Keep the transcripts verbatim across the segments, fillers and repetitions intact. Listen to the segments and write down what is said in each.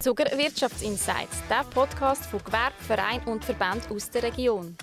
Zuger Wirtschaftsinsights, der Podcast von Gewerbe, Vereinen und Verbänden aus der Region.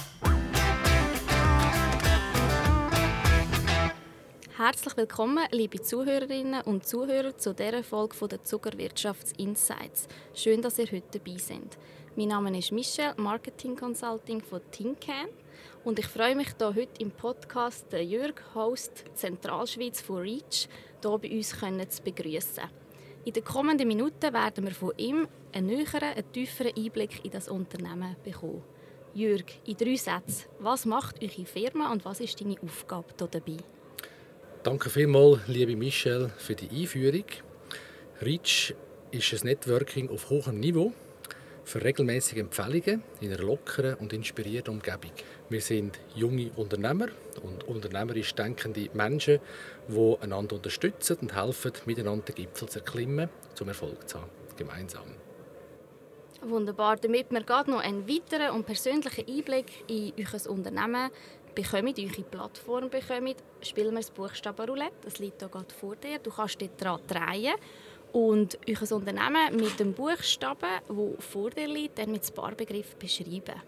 Herzlich willkommen, liebe Zuhörerinnen und Zuhörer, zu dieser Folge der Zuger Wirtschaftsinsights. Schön, dass ihr heute dabei seid. Mein Name ist Michelle, Marketing Consulting von Tincan. Und ich freue mich, hier heute im Podcast den Jürg, Host Zentralschweiz von REACH, hier bei uns zu begrüßen. In den kommenden Minuten werden wir von ihm einen näheren, einen tieferen Einblick in das Unternehmen bekommen. Jürg, in drei Sätzen, was macht eure Firma und was ist deine Aufgabe hier dabei? Danke vielmals, liebe Michelle, für die Einführung. REACH ist ein Networking auf hohem Niveau für regelmäßige Empfehlungen in einer lockeren und inspirierten Umgebung. Wir sind junge Unternehmer und unternehmerisch denkende Menschen, die einander unterstützen und helfen, miteinander den Gipfel zu erklimmen, zum Erfolg zu haben, gemeinsam. Wunderbar. Damit wir gerade noch einen weiteren und persönlichen Einblick in euer Unternehmen bekommen, in eure Plattform bekommen, spielen wir das Buchstabenroulette. Das liegt hier gerade vor dir. Du kannst dort dran drehen und euer Unternehmen mit dem Buchstaben, der vor dir liegt, dann mit dem Paarbegriff beschreiben.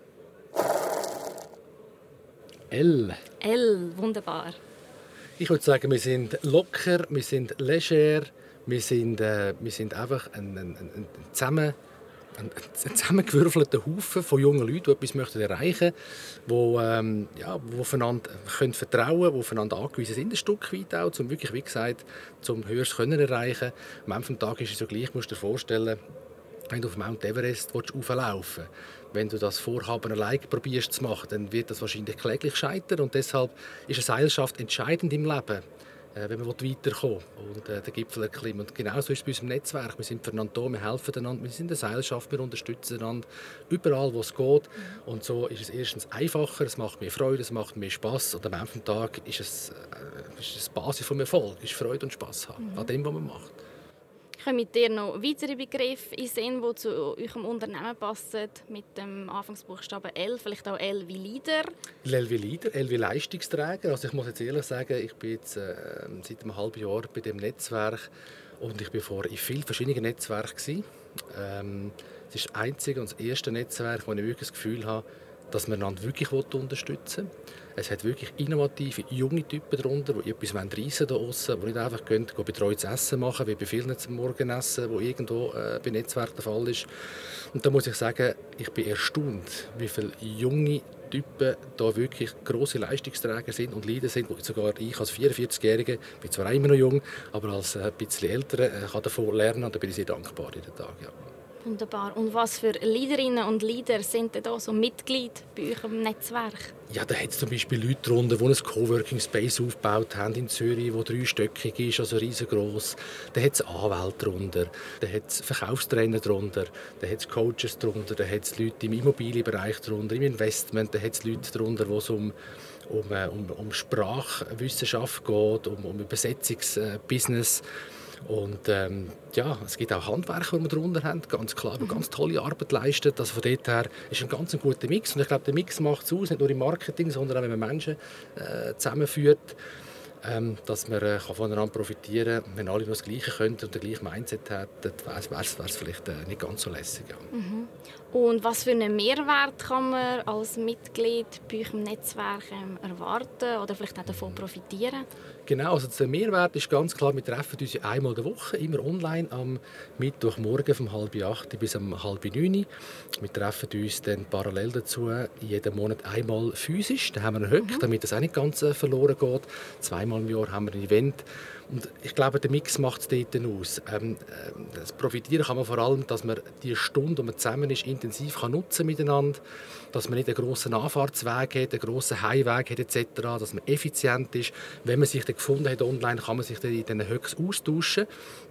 L. L, wunderbar. Ich würde sagen, wir sind locker, wir sind leger, wir sind, äh, wir sind einfach ein, ein, ein, zusammen, ein, ein zusammengewürfelter Haufen von jungen Leuten, die etwas möchten erreichen möchten, die, ähm, ja, die aufeinander können vertrauen können, die aufeinander angewiesen sind, ein Stück weit auch, um wirklich, wie gesagt, zum Höheres können erreichen. Am Ende des Tages ist es so gleich, musst du dir vorstellen, wenn du auf Mount Everest hochlaufen willst, wenn du das Vorhaben allein probierst zu machen, dann wird das wahrscheinlich kläglich scheitern. Und deshalb ist eine Seilschaft entscheidend im Leben, äh, wenn man weiterkommen will und äh, den Gipfel erklimmen. Und genauso ist es bei unserem Netzwerk. Wir sind füreinander da, wir helfen einander, wir sind eine Seilschaft, wir unterstützen einander überall, wo es geht. Und so ist es erstens einfacher, es macht mehr Freude, es macht mehr Spass. Und am Ende des Tages ist es, äh, ist es die Basis des Erfolgs, ist Freude und Spass haben, mhm. an dem, was man macht. Kommen dir noch weitere Begriffe in Sinn, die zu eurem Unternehmen passen, mit dem Anfangsbuchstaben L, vielleicht auch L wie Leader? L wie Leader, L wie Leistungsträger. Also ich muss jetzt ehrlich sagen, ich bin jetzt äh, seit einem halben Jahr bei dem Netzwerk und ich war vorher in vielen verschiedenen Netzwerken. Ähm, es ist das einzige und das erste Netzwerk, wo ich wirklich das Gefühl habe, dass man einander wirklich unterstützen will. Es hat wirklich innovative, junge Typen darunter, die etwas reissen da draussen, die nicht einfach gehen, gehen betreutes Essen machen, wie bei vielen zum Morgenessen, wo irgendwo äh, bei Netzwerk der Fall ist. Und da muss ich sagen, ich bin erstaunt, wie viele junge Typen da wirklich grosse Leistungsträger sind und Leader sind, wo sogar ich als vierundvierzigjähriger, bin zwar immer noch jung, aber als ein bisschen älter äh, kann davon lernen und da bin ich sehr dankbar jeden Tag. Ja. Wunderbar. Und was für Leaderinnen und Leader sind denn da so Mitglied bei eurem Netzwerk? Ja, da hat es zum Beispiel Leute darunter, die ein Coworking Space aufgebaut haben in Zürich, der dreistöckig ist, also riesengroß. Da hat es Anwälte darunter, da hat es Verkaufstrainer darunter, da hat es Coaches darunter, da hat es Leute im Immobilienbereich darunter, im Investment, da hat es Leute darunter, wo es um um, um, um Sprachwissenschaft geht, um, um Übersetzungsbusiness. Und ähm, ja, es gibt auch Handwerker, die wir darunter haben, ganz klar, die ganz tolle Arbeit leisten. Also von dort her ist ein ganz guter Mix. Und ich glaube, der Mix macht es aus, nicht nur im Marketing, sondern auch, wenn man Menschen äh, zusammenführt, ähm, dass man äh, kann voneinander profitieren kann. Wenn alle nur das Gleiche können und den gleichen Mindset haben, dann wäre es vielleicht äh, nicht ganz so lässig. Ja. Mhm. Und was für einen Mehrwert kann man als Mitglied bei eurem Netzwerk ähm, erwarten oder vielleicht auch davon profitieren? Genau, also der Mehrwert ist ganz klar, wir treffen uns einmal in der Woche, immer online, am Mittwochmorgen von halb acht bis um halb neun. Wir treffen uns dann parallel dazu jeden Monat einmal physisch. Da haben wir einen Höck, mhm. damit das auch nicht ganz äh, verloren geht. Zweimal im Jahr haben wir ein Event. Und ich glaube, der Mix macht es dort aus. Ähm, das Profitieren kann man vor allem, dass man die Stunde, die man zusammen ist, intensiv kann nutzen miteinander, dass man nicht einen grossen Anfahrtsweg hat, einen grossen Heimweg hat et cetera, dass man effizient ist. Wenn man sich dann gefunden hat online, kann man sich dann in diesen Höchst austauschen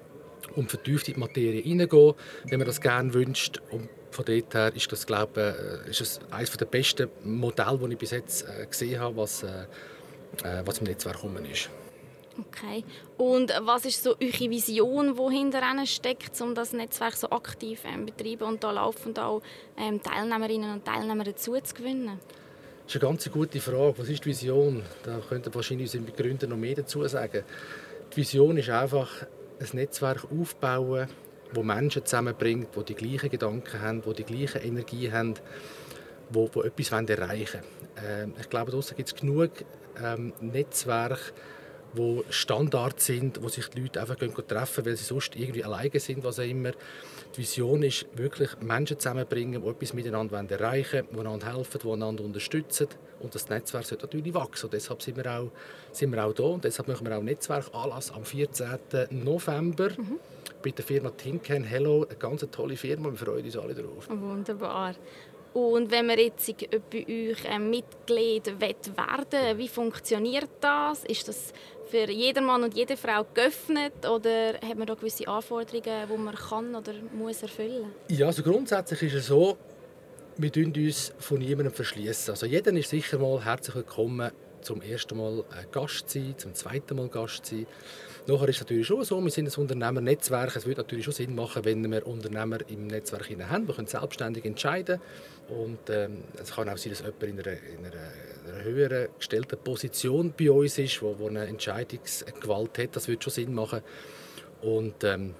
und vertieft in die Materie hineingehen, wenn man das gerne wünscht. Und von dort her ist das, glaube ich, ist es eines der besten Modelle, die ich bis jetzt äh, gesehen habe, was, äh, was im Netzwerk gekommen ist. Okay. Und was ist so eure Vision, die hinterher steckt, um das Netzwerk so aktiv zu ähm, betreiben und da laufend auch ähm, Teilnehmerinnen und Teilnehmer dazu zu gewinnen? Das ist eine ganz gute Frage. Was ist die Vision? Da könnten wahrscheinlich unsere Begründer noch mehr dazu sagen. Die Vision ist einfach, ein Netzwerk aufbauen, wo Menschen zusammenbringt, die die gleichen Gedanken haben, die die gleiche Energie haben, die, die etwas erreichen wollen. Äh, ich glaube, draussen gibt es genug ähm, Netzwerke, die Standard sind, wo sich die Leute einfach treffen, weil sie sonst irgendwie alleine sind, was auch immer. Die Vision ist wirklich, Menschen zusammenbringen, die etwas miteinander erreichen wollen, die einander helfen, die einander unterstützen. Und das Netzwerk sollte natürlich wachsen. Und deshalb sind wir auch, sind wir auch da. Und deshalb machen wir auch Netzwerkanlass am vierzehnten November mhm. bei der Firma Tinken. Hello, eine ganz tolle Firma. Wir freuen uns alle darauf. Wunderbar. Und wenn man jetzt bei euch ein Mitglied werden will, wie funktioniert das? Ist das für jeden Mann und jede Frau geöffnet oder hat man da gewisse Anforderungen, die man kann oder muss erfüllen? Ja, also grundsätzlich ist es so, wir verschließen uns von niemandem verschließen. Also jeder ist sicher mal herzlich willkommen, zum ersten Mal Gast zu sein, zum zweiten Mal Gast zu sein. Nachher ist es natürlich schon so, wir sind ein Unternehmernetzwerk. Es würde natürlich schon Sinn machen, wenn wir Unternehmer im Netzwerk haben. Wir können selbstständig entscheiden. Und ähm, es kann auch sein, dass jemand in einer, in einer, einer höheren gestellten Position bei uns ist, wo, wo eine Entscheidungsgewalt hat. Das würde schon Sinn machen. Und ähm,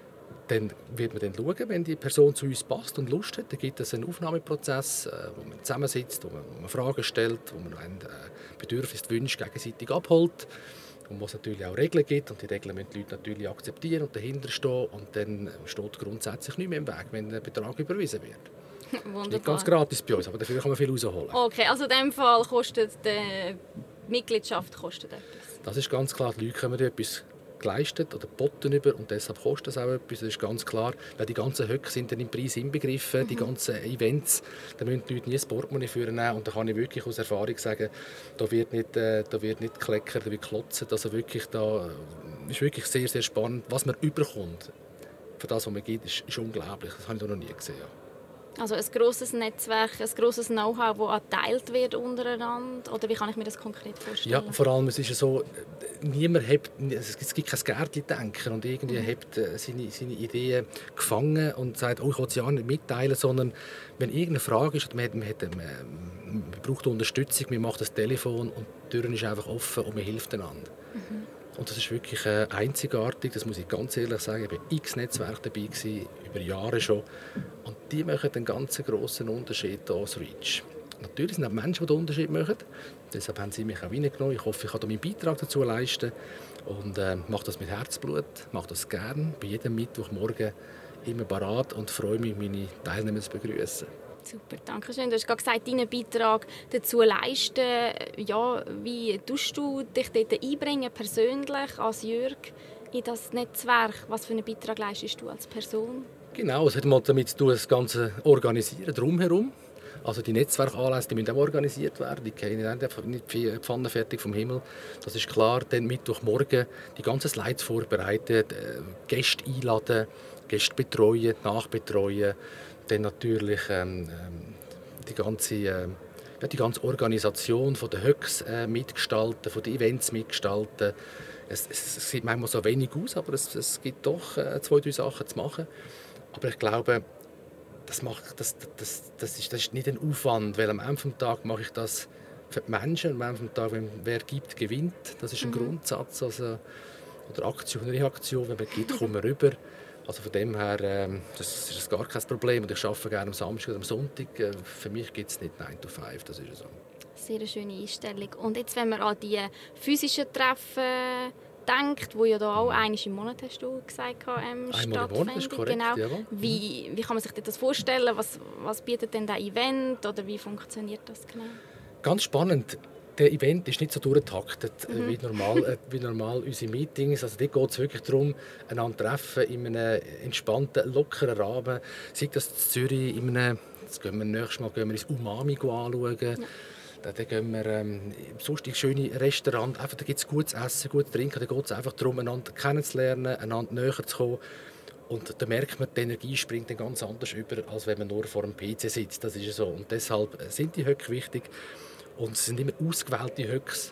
dann wird man dann schauen, wenn die Person zu uns passt und Lust hat. Dann gibt es einen Aufnahmeprozess, äh, wo man zusammensitzt, wo man, wo man Fragen stellt, wo man ein äh, Bedürfnis, Wünsche gegenseitig abholt. Und wo es natürlich auch Regeln gibt. Und die Regeln müssen die Leute natürlich akzeptieren und dahinter stehen. Und dann steht grundsätzlich nicht mehr im Weg, wenn der Betrag überwiesen wird. Wunderbar. Das ist nicht ganz gratis bei uns, aber dafür kann man viel rausholen. Okay, also in diesem Fall kostet die Mitgliedschaft kostet etwas? Das ist ganz klar. Die Leute kommen etwas geleistet oder geboten über und deshalb kostet es auch etwas, das ist ganz klar. Weil die ganzen Höcke sind dann im Preis inbegriffen, mhm. die ganzen Events, da müssen die Leute nie das Portemonnaie führen nehmen und da kann ich wirklich aus Erfahrung sagen, da wird nicht, äh, da wird nicht gekleckert, da wird geklotzt, also wirklich da ist wirklich sehr, sehr spannend, was man überkommt. Für das, was man gibt, ist, ist unglaublich, das habe ich noch nie gesehen. Ja. Also ein grosses Netzwerk, ein grosses Know-how, das geteilt wird untereinander? Oder wie kann ich mir das konkret vorstellen? Ja, vor allem, es ist so, niemand hat, es gibt kein Gärtchen-Denken und irgendwie mhm. hat seine, seine Ideen gefangen und sagt, oh, ich will sie ja nicht mitteilen, sondern wenn irgendeine Frage ist, man, hat, man, hat, man braucht Unterstützung, man macht das Telefon und die Tür ist einfach offen und man hilft einander. Mhm. Und das ist wirklich äh, einzigartig, das muss ich ganz ehrlich sagen. Ich war bei x Netzwerken dabei, gewesen, über Jahre schon. Und die machen einen ganz grossen Unterschied hier als Reach. Natürlich sind auch Menschen, die den Unterschied machen. Deshalb haben sie mich auch reingenommen. Ich hoffe, ich kann meinen Beitrag dazu leisten. Und äh, mache das mit Herzblut, mache das gerne. Bei jedem Mittwochmorgen immer parat und freue mich, meine Teilnehmer zu begrüßen. Super, danke schön. Du hast gerade gesagt, deinen Beitrag dazu leisten. Ja, wie tust du dich dort einbringen, persönlich, als Jürg, in das Netzwerk? Was für einen Beitrag leistest du als Person? Genau, es hat mal damit zu tun, das Ganze organisieren, drumherum. Also die Netzwerkanlässe, die müssen auch organisiert werden. Die gehen nicht pfannenfertig vom Himmel. Das ist klar. Dann Mittwochmorgen die ganzen Slides vorbereiten, Gäste einladen, Gäste betreuen, nachbetreuen. Dann natürlich ähm, die, ganze, äh, ja, die ganze Organisation von den Höcks äh, mitgestalten, von den Events mitgestalten. Es, es, es sieht manchmal so wenig aus, aber es, es gibt doch äh, zwei, drei Sachen zu machen. Aber ich glaube, das, macht, das, das, das, ist, das ist nicht ein Aufwand, weil am Ende des Tages mache ich das für die Menschen. Am Ende des Tages, wenn wer gibt, gewinnt. Das ist ein mhm. Grundsatz. Also, oder Aktion, Reaktion, wenn man gibt, kommt man rüber. Also von dem her, ähm, das ist gar kein Problem. Und ich arbeite gerne am Samstag oder am Sonntag. Äh, für mich gibt es nicht nine to five, das ist so. Sehr eine schöne Einstellung. Und jetzt, wenn man an die physischen Treffen denkt, wo ja da auch einmal im Monat, hast du gesagt, ähm, einmal im Monat ist korrekt, genau. Jawohl. Wie, wie kann man sich das vorstellen? Was, was bietet denn das Event oder wie funktioniert das genau? Ganz spannend. Der Event ist nicht so durchgetaktet mhm. wie, normal, äh, wie normal unsere Meetings. Also dort geht es wirklich darum, einander treffen in einem entspannten, lockeren Rahmen. Sei das in Zürich, in einem, jetzt gehen wir nächstes Mal gehen wir ins Umami anschauen. Ja. Dann gehen wir ähm, sonst in schöne Restaurants. Einfach, da gibt es gutes Essen, gutes Trinken. Da geht es einfach darum, einander kennenzulernen, einander näher zu kommen. Und da merkt man, die Energie springt dann ganz anders über, als wenn man nur vor dem P C sitzt. Das ist so. Und deshalb sind die Höcke wichtig. Und es sind immer ausgewählte Höcks,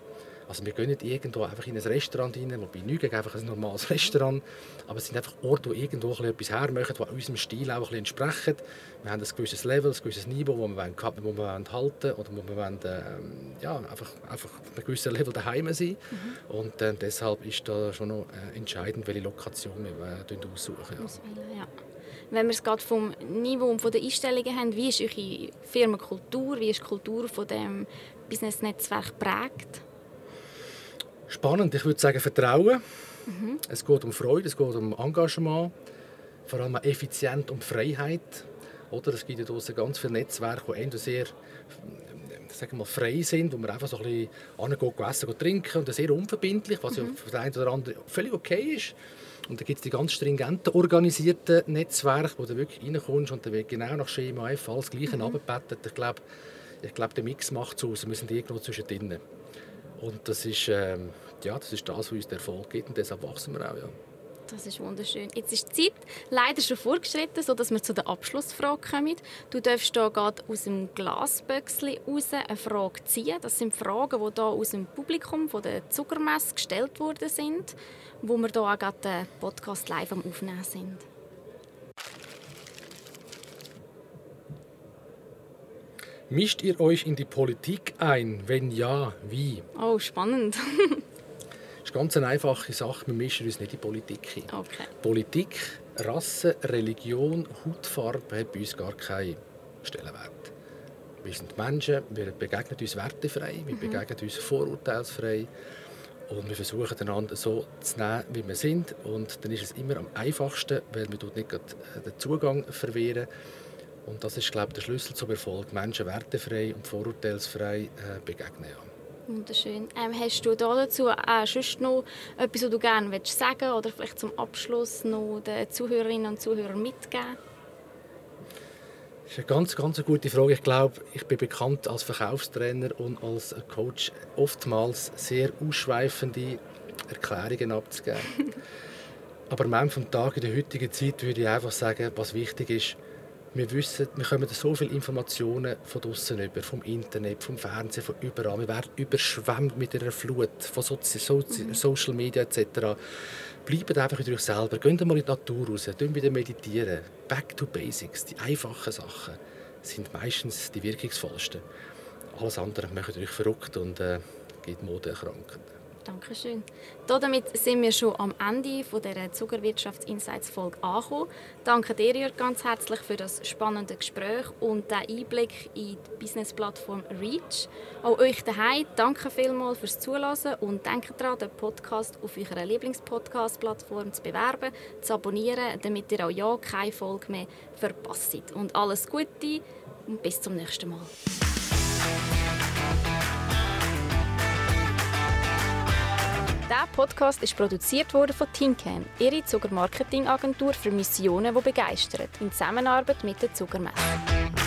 Also wir gehen nicht irgendwo einfach in ein Restaurant rein, wobei nichts gegen einfach ein normales Restaurant, aber es sind einfach Orte, die irgendwo etwas hermachen, die unserem Stil auch ein bisschen entsprechen. Wir haben ein gewisses Level, ein gewisses Niveau, das wir, wollen, wo wir wollen halten oder wo wir wollen, ähm, ja, einfach, einfach auf einem gewissen Level daheim sein. Mhm. Und äh, deshalb ist da schon noch äh, entscheidend, welche Lokation wir äh, aussuchen. Ja. Ja. Wenn wir es gerade vom Niveau und von den Einstellungen haben, wie ist eure Firmenkultur, wie ist die Kultur von dem Business-Netzwerk geprägt? Spannend, ich würde sagen Vertrauen. Mhm. Es geht um Freude, es geht um Engagement, vor allem effizient um Freiheit. Oder es gibt ja draussen ganz viele Netzwerke, die eher sehr sagen wir mal, frei sind, wo man einfach so ein bisschen angeht, essen, trinken und sehr unverbindlich, was mhm. ja für den einen oder anderen völlig okay ist. Und dann gibt es die ganz stringenten, organisierten Netzwerke, wo du wirklich reinkommst und dann wird genau nach Schema F alles Gleiche mhm. runtergebettet. Ich glaube, ich glaube, der Mix macht es aus. Wir sind irgendwo zwischendrin. Und das ist, ähm, ja, das ist das, was uns den Erfolg gibt und deshalb wachsen wir auch. Ja. Das ist wunderschön. Jetzt ist die Zeit leider schon vorgeschritten, sodass wir zu der Abschlussfrage kommen. Du darfst hier gerade aus dem Glasböckchen raus eine Frage ziehen. Das sind Fragen, die hier aus dem Publikum von der Zuckermesse gestellt worden sind, wo wir hier auch gerade den Podcast live am Aufnehmen sind. Mischt ihr euch in die Politik ein? Wenn ja, wie? Oh, spannend. Das ist ganz eine einfache Sache. Wir mischen uns nicht in die Politik ein. Okay. Politik, Rasse, Religion, Hautfarbe hat bei uns gar keinen Stellenwert. Wir sind Menschen, wir begegnen uns wertefrei, wir mhm. begegnen uns vorurteilsfrei und wir versuchen einander so zu nehmen, wie wir sind. Und dann ist es immer am einfachsten, weil wir dort nicht den Zugang verwehren. Und das ist, glaube ich, der Schlüssel zum Erfolg. Menschen wertefrei und vorurteilsfrei äh, begegnen. Ja. Wunderschön. Ähm, hast du da dazu auch sonst noch etwas, was du gerne willst sagen oder vielleicht zum Abschluss noch den Zuhörerinnen und Zuhörern mitgeben? Das ist eine ganz, ganz gute Frage. Ich glaube, ich bin bekannt als Verkaufstrainer und als Coach oftmals sehr ausschweifende Erklärungen abzugeben. Aber am Ende des Tages, in der heutigen Zeit, würde ich einfach sagen, was wichtig ist, wir wissen, wir bekommen so viele Informationen von draussen über, vom Internet, vom Fernsehen, von überall. Wir werden überschwemmt mit einer Flut von Sozi- Sozi- mhm. Social Media et cetera. Bleibt einfach durch euch selber. Geht mal in die Natur raus, wieder meditieren. Back to Basics. Die einfachen Sachen sind meistens die wirkungsvollsten. Alles andere macht euch verrückt und äh, gibt Modeerkrankungen. Dankeschön. Damit sind wir schon am Ende dieser Zuckerwirtschafts-Insights-Folge angekommen. Danke dir, Jörg, ganz herzlich für das spannende Gespräch und den Einblick in die Business-Plattform Reach. Auch euch daheim danke vielmals fürs Zuhören und denkt daran, den Podcast auf eurer Lieblingspodcast-Plattform zu bewerben, zu abonnieren, damit ihr auch ja keine Folge mehr verpasst. Und alles Gute und bis zum nächsten Mal. Dieser Podcast ist produziert worden von Tincan, ihre Zuckermarketingagentur für Missionen, die begeistern, in Zusammenarbeit mit der Zuckermesse.